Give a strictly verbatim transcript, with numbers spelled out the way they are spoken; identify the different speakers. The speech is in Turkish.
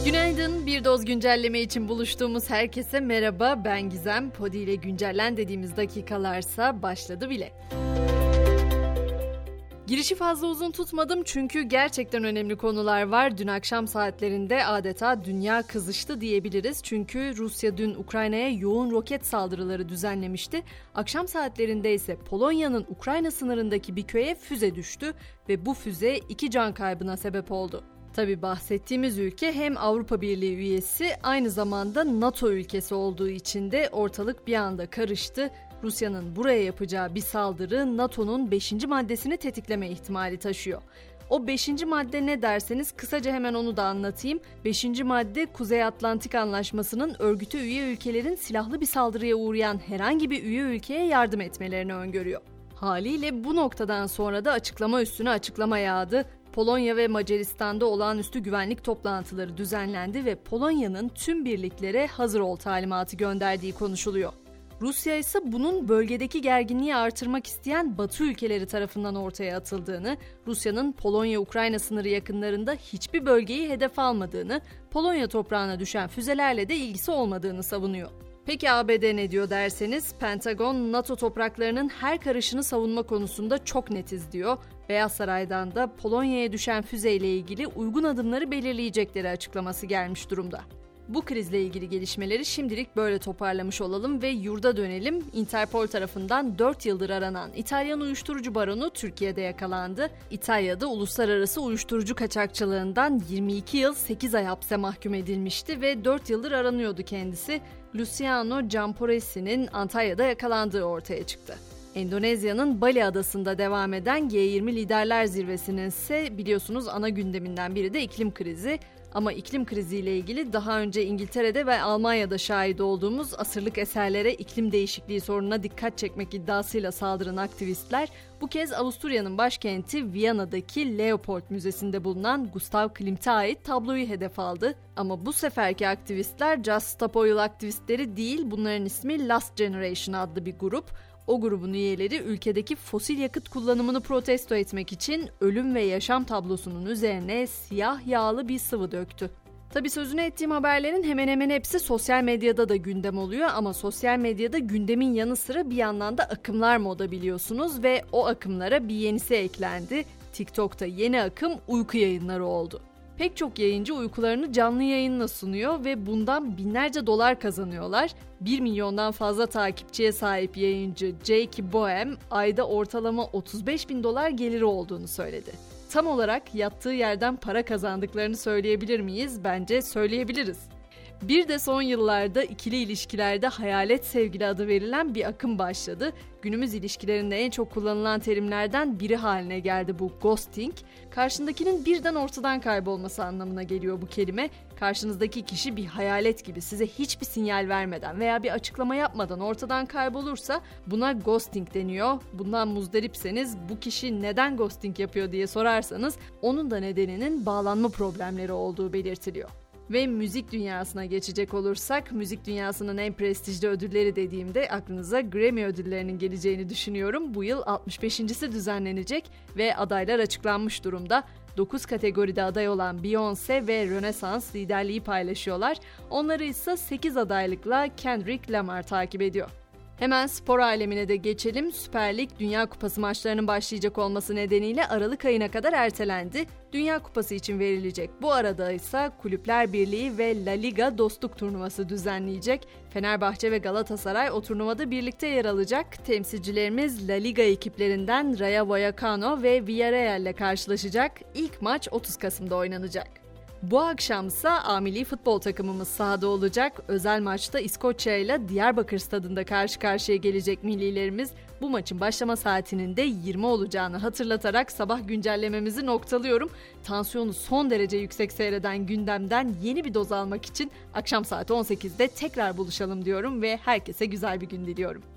Speaker 1: Günaydın, bir doz güncelleme için buluştuğumuz herkese merhaba, ben Gizem. Podi ile güncellen dediğimiz dakikalarsa başladı bile. Girişi fazla uzun tutmadım çünkü gerçekten önemli konular var. Dün akşam saatlerinde adeta dünya kızıştı diyebiliriz. Çünkü Rusya dün Ukrayna'ya yoğun roket saldırıları düzenlemişti. Akşam saatlerinde ise Polonya'nın Ukrayna sınırındaki bir köye füze düştü ve bu füze iki can kaybına sebep oldu. Tabii bahsettiğimiz ülke hem Avrupa Birliği üyesi, aynı zamanda NATO ülkesi olduğu için de ortalık bir anda karıştı. Rusya'nın buraya yapacağı bir saldırı NATO'nun beşinci maddesini tetikleme ihtimali taşıyor. O beşinci madde ne derseniz kısaca hemen onu da anlatayım. beşinci madde Kuzey Atlantik Anlaşması'nın örgüte üye ülkelerin silahlı bir saldırıya uğrayan herhangi bir üye ülkeye yardım etmelerini öngörüyor. Haliyle bu noktadan sonra da açıklama üstüne açıklama yağdı. Polonya ve Macaristan'da olağanüstü güvenlik toplantıları düzenlendi ve Polonya'nın tüm birliklere hazır ol talimatı gönderdiği konuşuluyor. Rusya ise bunun bölgedeki gerginliği artırmak isteyen Batı ülkeleri tarafından ortaya atıldığını, Rusya'nın Polonya-Ukrayna sınırı yakınlarında hiçbir bölgeyi hedef almadığını, Polonya toprağına düşen füzelerle de ilgisi olmadığını savunuyor. Peki A B D ne diyor derseniz, Pentagon, NATO topraklarının her karışını savunma konusunda çok netiz diyor. Beyaz Saray'dan da Polonya'ya düşen füzeyle ilgili uygun adımları belirleyecekleri açıklaması gelmiş durumda. Bu krizle ilgili gelişmeleri şimdilik böyle toparlamış olalım ve yurda dönelim. Interpol tarafından dört yıldır aranan İtalyan uyuşturucu baronu Türkiye'de yakalandı. İtalya'da uluslararası uyuşturucu kaçakçılığından yirmi iki yıl sekiz ay hapse mahkum edilmişti ve dört yıldır aranıyordu kendisi. Luciano Camporesi'nin Antalya'da yakalandığı ortaya çıktı. Endonezya'nın Bali adasında devam eden G yirmi Liderler Zirvesi'nin ise biliyorsunuz ana gündeminden biri de iklim krizi. Ama iklim kriziyle ilgili daha önce İngiltere'de ve Almanya'da şahit olduğumuz asırlık eserlere iklim değişikliği sorununa dikkat çekmek iddiasıyla saldıran aktivistler bu kez Avusturya'nın başkenti Viyana'daki Leopold Müzesi'nde bulunan Gustav Klimt'e ait tabloyu hedef aldı. Ama bu seferki aktivistler Just Stop Oil aktivistleri değil, bunların ismi Last Generation adlı bir grup. O grubun üyeleri ülkedeki fosil yakıt kullanımını protesto etmek için ölüm ve yaşam tablosunun üzerine siyah yağlı bir sıvı döktü. Tabii sözünü ettiğim haberlerin hemen hemen hepsi sosyal medyada da gündem oluyor ama sosyal medyada gündemin yanı sıra bir yandan da akımlar moda biliyorsunuz ve o akımlara bir yenisi eklendi. TikTok'ta yeni akım uyku yayınları oldu. Pek çok yayıncı uykularını canlı yayınla sunuyor ve bundan binlerce dolar kazanıyorlar. bir milyondan fazla takipçiye sahip yayıncı Jake Boehm ayda ortalama otuz beş bin dolar geliri olduğunu söyledi. Tam olarak yattığı yerden para kazandıklarını söyleyebilir miyiz? Bence söyleyebiliriz. Bir de son yıllarda ikili ilişkilerde hayalet sevgili adı verilen bir akım başladı. Günümüz ilişkilerinde en çok kullanılan terimlerden biri haline geldi bu ghosting. Karşındakinin birden ortadan kaybolması anlamına geliyor bu kelime. Karşınızdaki kişi bir hayalet gibi size hiçbir sinyal vermeden veya bir açıklama yapmadan ortadan kaybolursa buna ghosting deniyor. Bundan muzdaripseniz, bu kişi neden ghosting yapıyor diye sorarsanız onun da nedeninin bağlanma problemleri olduğu belirtiliyor. Ve müzik dünyasına geçecek olursak, müzik dünyasının en prestijli ödülleri dediğimde aklınıza Grammy ödüllerinin geleceğini düşünüyorum. Bu yıl altmış beşincisi düzenlenecek ve adaylar açıklanmış durumda. dokuz kategoride aday olan Beyoncé ve Rönesans liderliği paylaşıyorlar. Onları ise sekiz adaylıkla Kendrick Lamar takip ediyor. Hemen spor alemine de geçelim. Süper Lig Dünya Kupası maçlarının başlayacak olması nedeniyle Aralık ayına kadar ertelendi. Dünya Kupası için verilecek bu arada ise Kulüpler Birliği ve La Liga dostluk turnuvası düzenleyecek. Fenerbahçe ve Galatasaray o turnuvada birlikte yer alacak. Temsilcilerimiz La Liga ekiplerinden Rayo Vallecano ve Villarreal ile karşılaşacak. İlk maç otuz Kasım'da oynanacak. Bu akşamsa A Milli futbol takımımız sahada olacak. Özel maçta İskoçya ile Diyarbakır stadında karşı karşıya gelecek millilerimiz. Bu maçın başlama saatinin de yirmi olacağını hatırlatarak sabah güncellememizi noktalıyorum. Tansiyonu son derece yüksek seyreden gündemden yeni bir doz almak için akşam saat on sekizde tekrar buluşalım diyorum ve herkese güzel bir gün diliyorum.